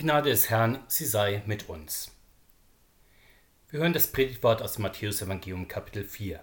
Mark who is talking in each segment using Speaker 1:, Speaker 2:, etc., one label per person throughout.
Speaker 1: Gnade des Herrn, sie sei mit uns. Wir hören das Predigtwort aus dem Matthäus-Evangelium, Kapitel 4.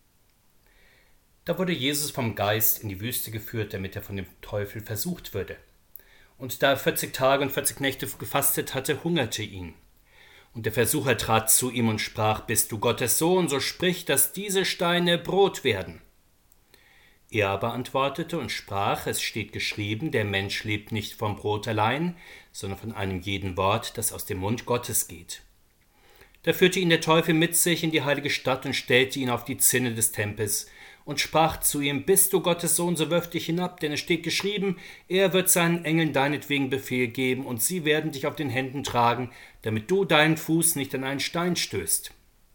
Speaker 1: Da wurde Jesus vom Geist in die Wüste geführt, damit er von dem Teufel versucht würde. Und da er 40 Tage und 40 Nächte gefastet hatte, hungerte ihn. Und der Versucher trat zu ihm und sprach: Bist du Gottes Sohn, so sprich, dass diese Steine Brot werden. Er aber antwortete und sprach: Es steht geschrieben, der Mensch lebt nicht vom Brot allein, sondern von einem jeden Wort, das aus dem Mund Gottes geht. Da führte ihn der Teufel mit sich in die heilige Stadt und stellte ihn auf die Zinne des Tempels und sprach zu ihm: Bist du Gottes Sohn, so wirf dich hinab, denn es steht geschrieben, er wird seinen Engeln deinetwegen Befehl geben, und sie werden dich auf den Händen tragen, damit du deinen Fuß nicht an einen Stein stößt.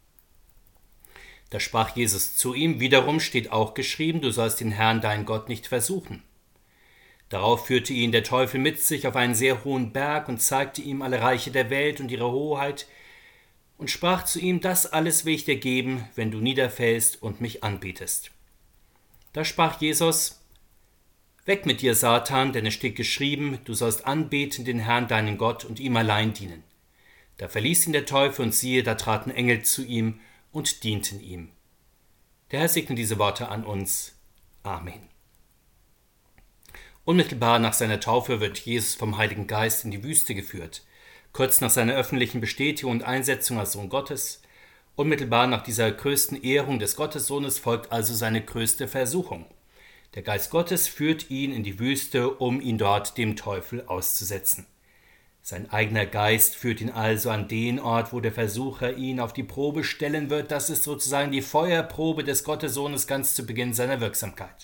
Speaker 1: Da sprach Jesus zu ihm: Wiederum steht auch geschrieben, du sollst den Herrn, deinen Gott, nicht versuchen. Darauf führte ihn der Teufel mit sich auf einen sehr hohen Berg und zeigte ihm alle Reiche der Welt und ihre Hoheit und sprach zu ihm: Das alles will ich dir geben, wenn du niederfällst und mich anbetest. Da sprach Jesus: Weg mit dir, Satan, denn es steht geschrieben, du sollst anbeten den Herrn, deinen Gott, und ihm allein dienen. Da verließ ihn der Teufel, und siehe, da traten Engel zu ihm und dienten ihm. Der Herr segne diese Worte an uns. Amen. Unmittelbar nach seiner Taufe wird Jesus vom Heiligen Geist in die Wüste geführt. Kurz nach seiner öffentlichen Bestätigung und Einsetzung als Sohn Gottes, unmittelbar nach dieser größten Ehrung des Gottessohnes, folgt also seine größte Versuchung. Der Geist Gottes führt ihn in die Wüste, um ihn dort dem Teufel auszusetzen. Sein eigener Geist führt ihn also an den Ort, wo der Versucher ihn auf die Probe stellen wird. Das ist sozusagen die Feuerprobe des Gottessohnes ganz zu Beginn seiner Wirksamkeit.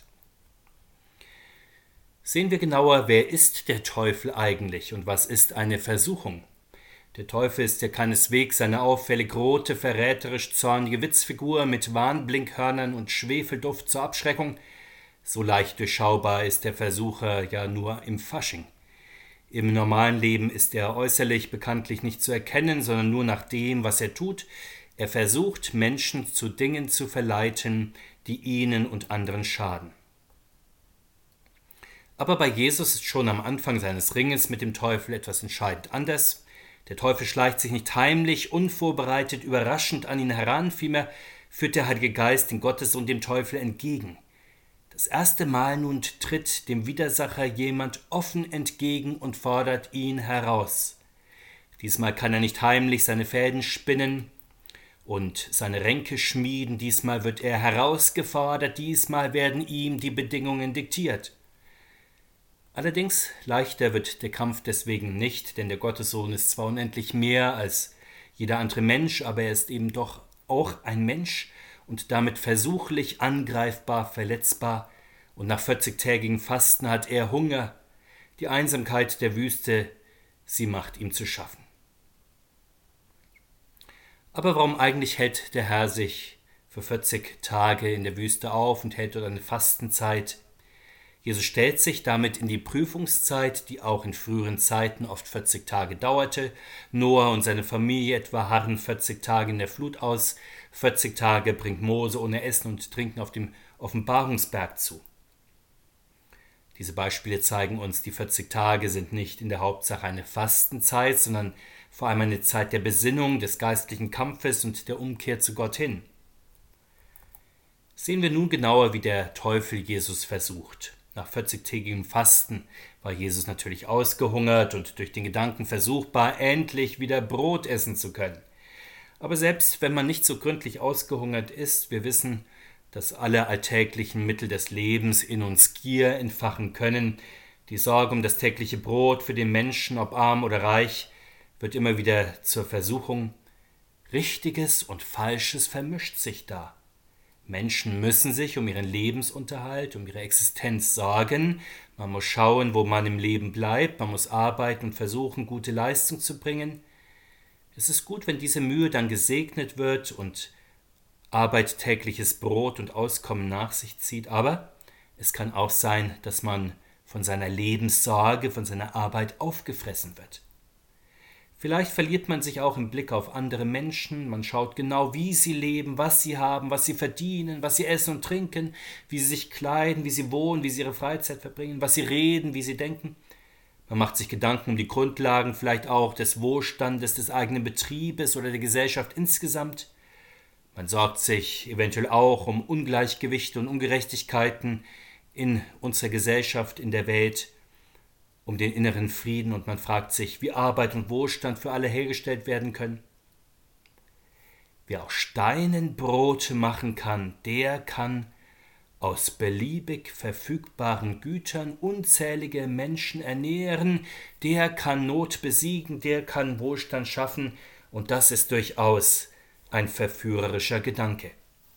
Speaker 1: Sehen wir genauer, wer ist der Teufel eigentlich und was ist eine Versuchung? Der Teufel ist ja keineswegs eine auffällig rote, verräterisch zornige Witzfigur mit Warnblinkhörnern und Schwefelduft zur Abschreckung. So leicht durchschaubar ist der Versucher ja nur im Fasching. Im normalen Leben ist er äußerlich bekanntlich nicht zu erkennen, sondern nur nach dem, was er tut. Er versucht, Menschen zu Dingen zu verleiten, die ihnen und anderen schaden. Aber bei Jesus ist schon am Anfang seines Ringes mit dem Teufel etwas entscheidend anders. Der Teufel schleicht sich nicht heimlich, unvorbereitet, überraschend an ihn heran, vielmehr führt der Heilige Geist den Gottessohn dem Teufel entgegen. Das erste Mal nun tritt dem Widersacher jemand offen entgegen und fordert ihn heraus. Diesmal kann er nicht heimlich seine Fäden spinnen und seine Ränke schmieden, diesmal wird er herausgefordert, diesmal werden ihm die Bedingungen diktiert. Allerdings leichter wird der Kampf deswegen nicht, denn der Gottessohn ist zwar unendlich mehr als jeder andere Mensch, aber er ist eben doch auch ein Mensch und damit versuchlich, angreifbar, verletzbar, und nach 40-tägigem Fasten hat er Hunger. Die Einsamkeit der Wüste, sie macht ihm zu schaffen. Aber warum eigentlich hält der Herr sich für 40 Tage in der Wüste auf und hält dort eine Fastenzeit? Jesus stellt sich damit in die Prüfungszeit, die auch in früheren Zeiten oft 40 Tage dauerte. Noah und seine Familie etwa harren 40 Tage in der Flut aus. 40 Tage bringt Mose ohne Essen und Trinken auf dem Offenbarungsberg zu. Diese Beispiele zeigen uns, die 40 Tage sind nicht in der Hauptsache eine Fastenzeit, sondern vor allem eine Zeit der Besinnung, des geistlichen Kampfes und der Umkehr zu Gott hin. Sehen wir nun genauer, wie der Teufel Jesus versucht. Nach 40-tägigem Fasten war Jesus natürlich ausgehungert und durch den Gedanken versuchbar, endlich wieder Brot essen zu können. Aber selbst wenn man nicht so gründlich ausgehungert ist, wir wissen, dass alle alltäglichen Mittel des Lebens in uns Gier entfachen können. Die Sorge um das tägliche Brot für den Menschen, ob arm oder reich, wird immer wieder zur Versuchung. Richtiges und Falsches vermischt sich da. Menschen müssen sich um ihren Lebensunterhalt, um ihre Existenz sorgen. Man muss schauen, wo man im Leben bleibt. Man muss arbeiten und versuchen, gute Leistung zu bringen. Es ist gut, wenn diese Mühe dann gesegnet wird und Arbeit tägliches Brot und Auskommen nach sich zieht. Aber es kann auch sein, dass man von seiner Lebenssorge, von seiner Arbeit aufgefressen wird. Vielleicht verliert man sich auch im Blick auf andere Menschen, man schaut genau, wie sie leben, was sie haben, was sie verdienen, was sie essen und trinken, wie sie sich kleiden, wie sie wohnen, wie sie ihre Freizeit verbringen, was sie reden, wie sie denken. Man macht sich Gedanken um die Grundlagen vielleicht auch des Wohlstandes des eigenen Betriebes oder der Gesellschaft insgesamt. Man sorgt sich eventuell auch um Ungleichgewichte und Ungerechtigkeiten in unserer Gesellschaft, in der Welt, um den inneren Frieden, und man fragt sich, wie Arbeit und Wohlstand für alle hergestellt werden können. Wer aus Steinen Brote machen kann, der kann aus beliebig verfügbaren Gütern unzählige Menschen ernähren, der kann Not besiegen, der kann Wohlstand schaffen, und das ist durchaus ein verführerischer Gedanke.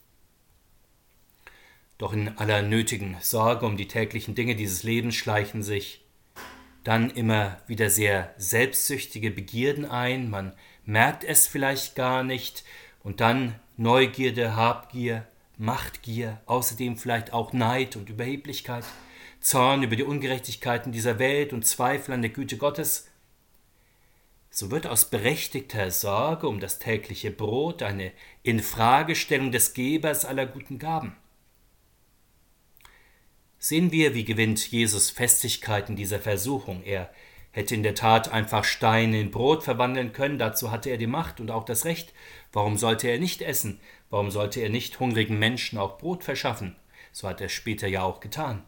Speaker 1: Doch in aller nötigen Sorge um die täglichen Dinge dieses Lebens schleichen sich dann immer wieder sehr selbstsüchtige Begierden ein, man merkt es vielleicht gar nicht, und dann Neugierde, Habgier, Machtgier, außerdem vielleicht auch Neid und Überheblichkeit, Zorn über die Ungerechtigkeiten dieser Welt und Zweifel an der Güte Gottes. So wird aus berechtigter Sorge um das tägliche Brot eine Infragestellung des Gebers aller guten Gaben. Sehen wir, wie gewinnt Jesus Festigkeit in dieser Versuchung. Er hätte in der Tat einfach Steine in Brot verwandeln können, dazu hatte er die Macht und auch das Recht. Warum sollte er nicht essen? Warum sollte er nicht hungrigen Menschen auch Brot verschaffen? So hat er später ja auch getan.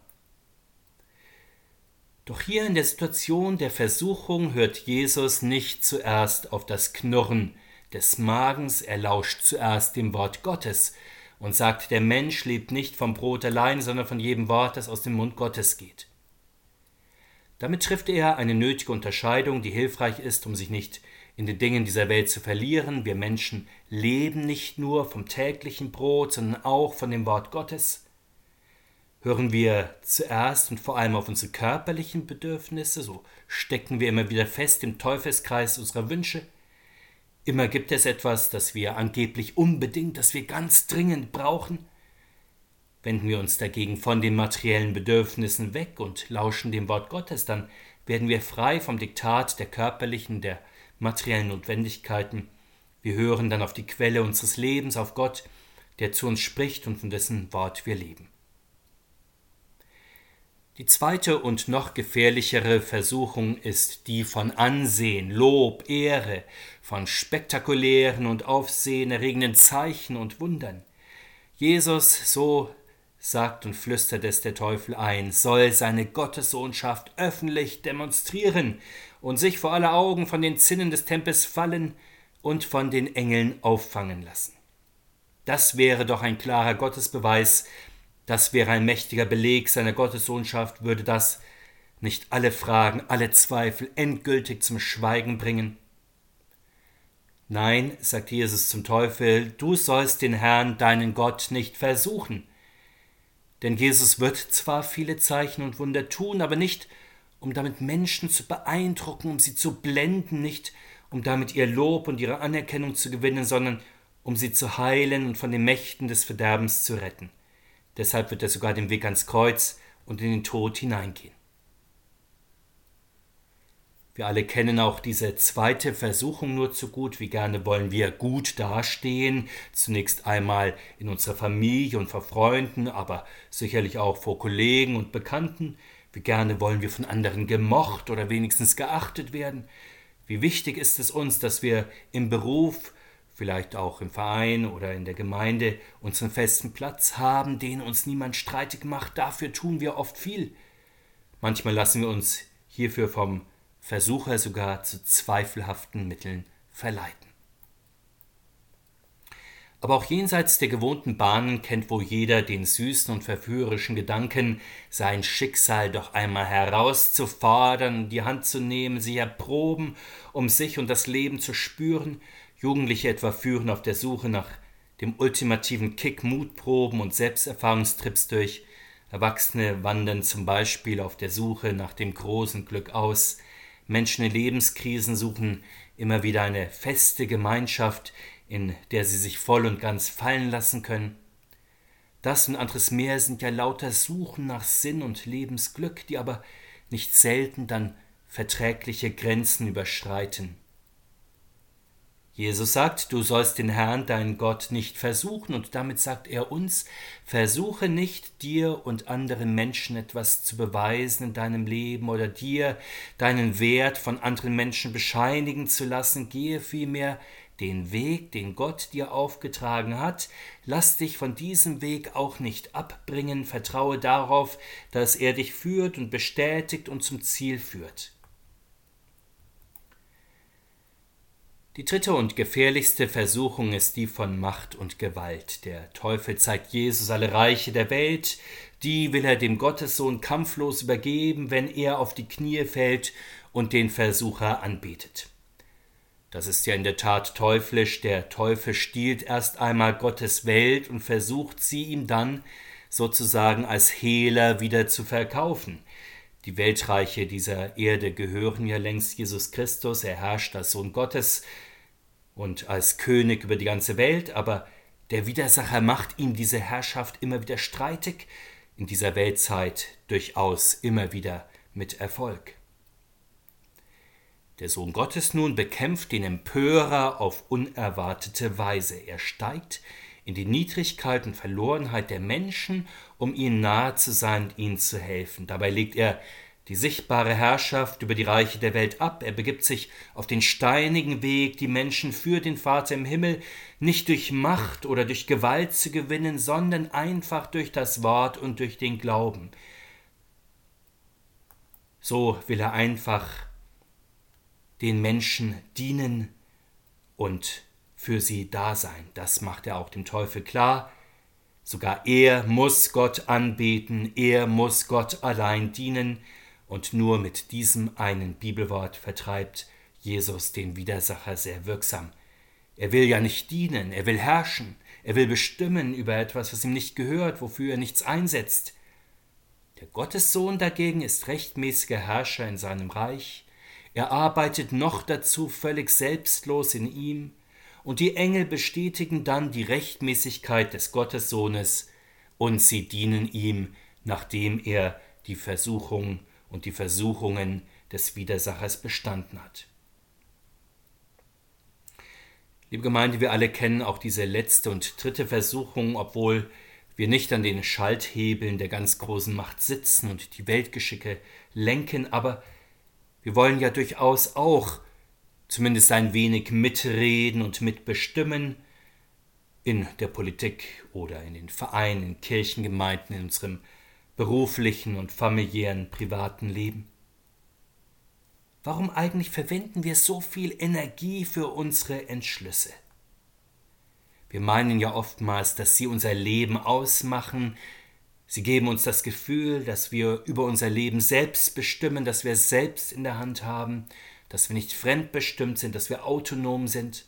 Speaker 1: Doch hier in der Situation der Versuchung hört Jesus nicht zuerst auf das Knurren des Magens, er lauscht zuerst dem Wort Gottes und sagt, der Mensch lebt nicht vom Brot allein, sondern von jedem Wort, das aus dem Mund Gottes geht. Damit trifft er eine nötige Unterscheidung, die hilfreich ist, um sich nicht in den Dingen dieser Welt zu verlieren. Wir Menschen leben nicht nur vom täglichen Brot, sondern auch von dem Wort Gottes. Hören wir zuerst und vor allem auf unsere körperlichen Bedürfnisse, so stecken wir immer wieder fest im Teufelskreis unserer Wünsche. Immer gibt es etwas, das wir angeblich unbedingt, das wir ganz dringend brauchen. Wenden wir uns dagegen von den materiellen Bedürfnissen weg und lauschen dem Wort Gottes, dann werden wir frei vom Diktat der körperlichen, der materiellen Notwendigkeiten. Wir hören dann auf die Quelle unseres Lebens, auf Gott, der zu uns spricht und von dessen Wort wir leben. Die zweite und noch gefährlichere Versuchung ist die von Ansehen, Lob, Ehre, von spektakulären und aufsehenerregenden Zeichen und Wundern. Jesus, so sagt und flüstert es der Teufel ein, soll seine Gottessohnschaft öffentlich demonstrieren und sich vor aller Augen von den Zinnen des Tempels fallen und von den Engeln auffangen lassen. Das wäre doch ein klarer Gottesbeweis, das wäre ein mächtiger Beleg seiner Gottessohnschaft, würde das nicht alle Fragen, alle Zweifel endgültig zum Schweigen bringen? Nein, sagt Jesus zum Teufel, du sollst den Herrn, deinen Gott, nicht versuchen. Denn Jesus wird zwar viele Zeichen und Wunder tun, aber nicht, um damit Menschen zu beeindrucken, um sie zu blenden, nicht um damit ihr Lob und ihre Anerkennung zu gewinnen, sondern um sie zu heilen und von den Mächten des Verderbens zu retten. Deshalb wird er sogar den Weg ans Kreuz und in den Tod hineingehen. Wir alle kennen auch diese zweite Versuchung nur zu gut. Wie gerne wollen wir gut dastehen, zunächst einmal in unserer Familie und vor Freunden, aber sicherlich auch vor Kollegen und Bekannten. Wie gerne wollen wir von anderen gemocht oder wenigstens geachtet werden. Wie wichtig ist es uns, dass wir im Beruf, vielleicht auch im Verein oder in der Gemeinde, unseren festen Platz haben, den uns niemand streitig macht. Dafür tun wir oft viel. Manchmal lassen wir uns hierfür vom Versucher sogar zu zweifelhaften Mitteln verleiten. Aber auch jenseits der gewohnten Bahnen kennt wohl jeder den süßen und verführerischen Gedanken, sein Schicksal doch einmal herauszufordern, in die Hand zu nehmen, sich erproben, um sich und das Leben zu spüren. Jugendliche etwa führen auf der Suche nach dem ultimativen Kick Mutproben und Selbsterfahrungstrips durch. Erwachsene wandern zum Beispiel auf der Suche nach dem großen Glück aus. Menschen in Lebenskrisen suchen immer wieder eine feste Gemeinschaft, in der sie sich voll und ganz fallen lassen können. Das und anderes mehr sind ja lauter Suchen nach Sinn und Lebensglück, die aber nicht selten dann verträgliche Grenzen überschreiten. Jesus sagt, du sollst den Herrn, deinen Gott, nicht versuchen, und damit sagt er uns, versuche nicht, dir und anderen Menschen etwas zu beweisen in deinem Leben oder dir deinen Wert von anderen Menschen bescheinigen zu lassen, gehe vielmehr den Weg, den Gott dir aufgetragen hat, lass dich von diesem Weg auch nicht abbringen, vertraue darauf, dass er dich führt und bestätigt und zum Ziel führt. Die dritte und gefährlichste Versuchung ist die von Macht und Gewalt. Der Teufel zeigt Jesus alle Reiche der Welt, die will er dem Gottessohn kampflos übergeben, wenn er auf die Knie fällt und den Versucher anbetet. Das ist ja in der Tat teuflisch. Der Teufel stiehlt erst einmal Gottes Welt und versucht sie ihm dann sozusagen als Hehler wieder zu verkaufen. Die Weltreiche dieser Erde gehören ja längst Jesus Christus. Er herrscht als Sohn Gottes und als König über die ganze Welt, aber der Widersacher macht ihm diese Herrschaft immer wieder streitig, in dieser Weltzeit durchaus immer wieder mit Erfolg. Der Sohn Gottes nun bekämpft den Empörer auf unerwartete Weise. Er steigt in die Niedrigkeit und Verlorenheit der Menschen, um ihnen nahe zu sein und ihnen zu helfen. Dabei legt er die sichtbare Herrschaft über die Reiche der Welt ab. Er begibt sich auf den steinigen Weg, die Menschen für den Vater im Himmel nicht durch Macht oder durch Gewalt zu gewinnen, sondern einfach durch das Wort und durch den Glauben. So will er einfach den Menschen dienen und für sie da sein. Das macht er auch dem Teufel klar. Sogar er muss Gott anbeten, er muss Gott allein dienen, und nur mit diesem einen Bibelwort vertreibt Jesus den Widersacher sehr wirksam. Er will ja nicht dienen, er will herrschen, er will bestimmen über etwas, was ihm nicht gehört, wofür er nichts einsetzt. Der Gottessohn dagegen ist rechtmäßiger Herrscher in seinem Reich. Er arbeitet noch dazu völlig selbstlos in ihm, und die Engel bestätigen dann die Rechtmäßigkeit des Gottessohnes, und sie dienen ihm, nachdem er die Versuchung und die Versuchungen des Widersachers bestanden hat. Liebe Gemeinde, wir alle kennen auch diese letzte und dritte Versuchung, obwohl wir nicht an den Schalthebeln der ganz großen Macht sitzen und die Weltgeschicke lenken, aber wir wollen ja durchaus auch zumindest ein wenig mitreden und mitbestimmen in der Politik oder in den Vereinen, in Kirchengemeinden, in unserem beruflichen und familiären, privaten Leben. Warum eigentlich verwenden wir so viel Energie für unsere Entschlüsse? Wir meinen ja oftmals, dass sie unser Leben ausmachen. Sie geben uns das Gefühl, dass wir über unser Leben selbst bestimmen, dass wir es selbst in der Hand haben, dass wir nicht fremdbestimmt sind, dass wir autonom sind.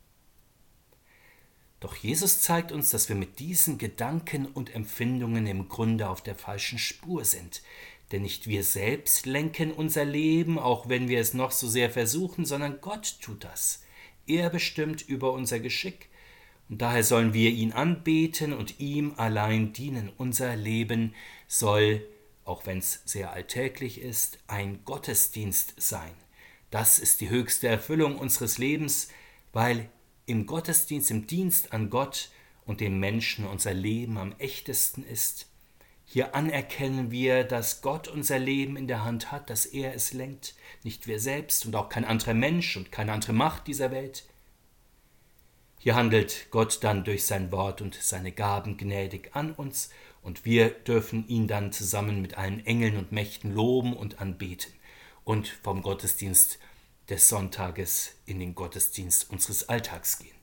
Speaker 1: Doch Jesus zeigt uns, dass wir mit diesen Gedanken und Empfindungen im Grunde auf der falschen Spur sind. Denn nicht wir selbst lenken unser Leben, auch wenn wir es noch so sehr versuchen, sondern Gott tut das. Er bestimmt über unser Geschick. Und daher sollen wir ihn anbeten und ihm allein dienen. Unser Leben soll, auch wenn es sehr alltäglich ist, ein Gottesdienst sein. Das ist die höchste Erfüllung unseres Lebens, weil im Gottesdienst, im Dienst an Gott und den Menschen unser Leben am echtesten ist. Hier anerkennen wir, dass Gott unser Leben in der Hand hat, dass er es lenkt, nicht wir selbst und auch kein anderer Mensch und keine andere Macht dieser Welt. Hier handelt Gott dann durch sein Wort und seine Gaben gnädig an uns, und wir dürfen ihn dann zusammen mit allen Engeln und Mächten loben und anbeten und vom Gottesdienst des Sonntages in den Gottesdienst unseres Alltags gehen.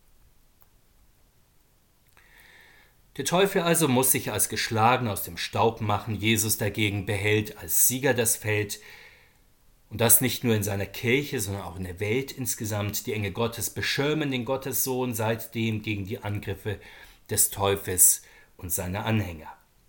Speaker 1: Der Teufel also muss sich als geschlagen aus dem Staub machen, Jesus dagegen behält als Sieger das Feld, und das nicht nur in seiner Kirche, sondern auch in der Welt insgesamt. Die Engel Gottes beschirmen den Gottessohn seitdem gegen die Angriffe des Teufels und seiner Anhänger.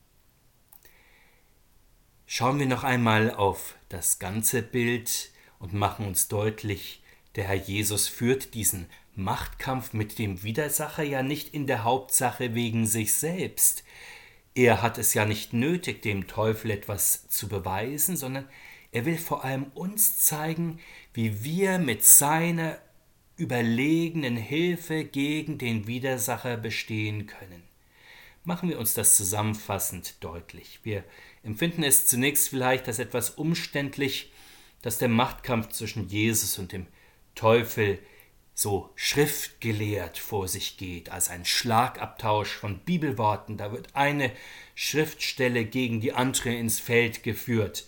Speaker 1: Schauen wir noch einmal auf das ganze Bild und machen uns deutlich, der Herr Jesus führt diesen Machtkampf mit dem Widersacher ja nicht in der Hauptsache wegen sich selbst. Er hat es ja nicht nötig, dem Teufel etwas zu beweisen, sondern er will vor allem uns zeigen, wie wir mit seiner überlegenen Hilfe gegen den Widersacher bestehen können. Machen wir uns das zusammenfassend deutlich. Wir empfinden es zunächst vielleicht als etwas umständlich, dass der Machtkampf zwischen Jesus und dem Teufel so schriftgelehrt vor sich geht, als ein Schlagabtausch von Bibelworten. Da wird eine Schriftstelle gegen die andere ins Feld geführt.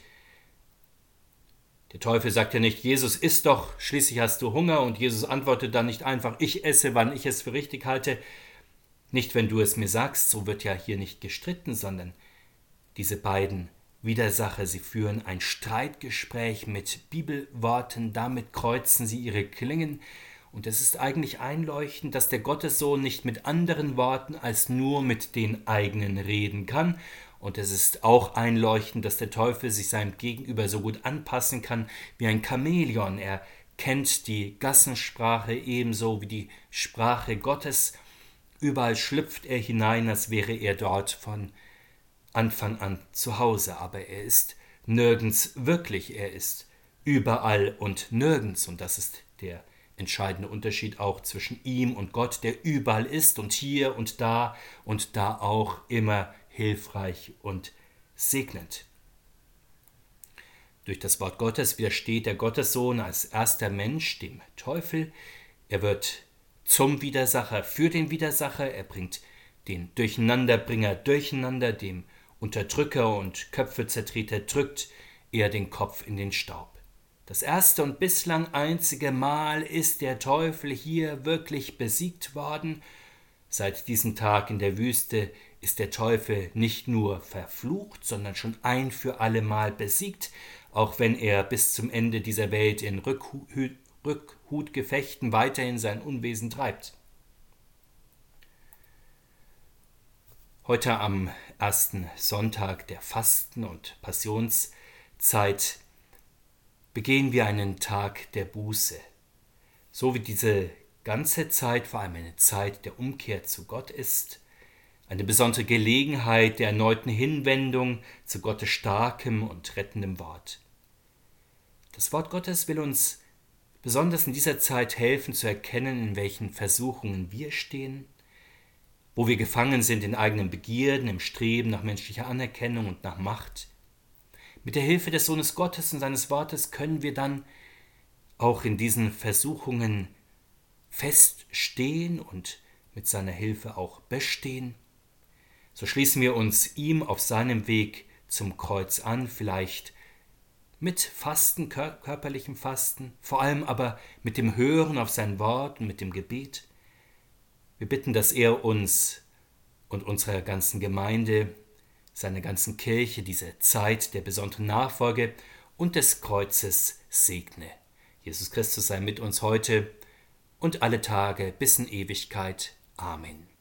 Speaker 1: Der Teufel sagt ja nicht, Jesus isst doch, schließlich hast du Hunger, und Jesus antwortet dann nicht einfach, ich esse, wann ich es für richtig halte. Nicht, wenn du es mir sagst, so wird ja hier nicht gestritten, sondern diese beiden Widersacher, sie führen ein Streitgespräch mit Bibelworten, damit kreuzen sie ihre Klingen. Und es ist eigentlich einleuchtend, dass der Gottessohn nicht mit anderen Worten als nur mit den eigenen reden kann. Und es ist auch einleuchtend, dass der Teufel sich seinem Gegenüber so gut anpassen kann wie ein Chamäleon. Er kennt die Gassensprache ebenso wie die Sprache Gottes. Überall schlüpft er hinein, als wäre er dort von Anfang an zu Hause. Aber er ist nirgends wirklich, er ist überall und nirgends. Und das ist der entscheidende Unterschied auch zwischen ihm und Gott, der überall ist und hier und da auch immer hilfreich und segnend. Durch das Wort Gottes widersteht der Gottessohn als erster Mensch dem Teufel. Er wird zum Widersacher, für den Widersacher. Er bringt den Durcheinanderbringer durcheinander, dem Unterdrücker und Köpfezertreter drückt er den Kopf in den Staub. Das erste und bislang einzige Mal ist der Teufel hier wirklich besiegt worden. Seit diesem Tag in der Wüste ist der Teufel nicht nur verflucht, sondern schon ein für alle Mal besiegt, auch wenn er bis zum Ende dieser Welt in Rückhutgefechten weiterhin sein Unwesen treibt. Heute am ersten Sonntag der Fasten- und Passionszeit begehen wir einen Tag der Buße. So wie diese ganze Zeit vor allem eine Zeit der Umkehr zu Gott ist, eine besondere Gelegenheit der erneuten Hinwendung zu Gottes starkem und rettendem Wort. Das Wort Gottes will uns besonders in dieser Zeit helfen zu erkennen, in welchen Versuchungen wir stehen, wo wir gefangen sind in eigenen Begierden, im Streben nach menschlicher Anerkennung und nach Macht. Mit der Hilfe des Sohnes Gottes und seines Wortes können wir dann auch in diesen Versuchungen feststehen und mit seiner Hilfe auch bestehen. So schließen wir uns ihm auf seinem Weg zum Kreuz an, vielleicht mit Fasten, körperlichem Fasten, vor allem aber mit dem Hören auf sein Wort und mit dem Gebet. Wir bitten, dass er uns und unserer ganzen Gemeinde, seiner ganzen Kirche, diese Zeit der besonderen Nachfolge und des Kreuzes segne. Jesus Christus sei mit uns heute und alle Tage bis in Ewigkeit. Amen.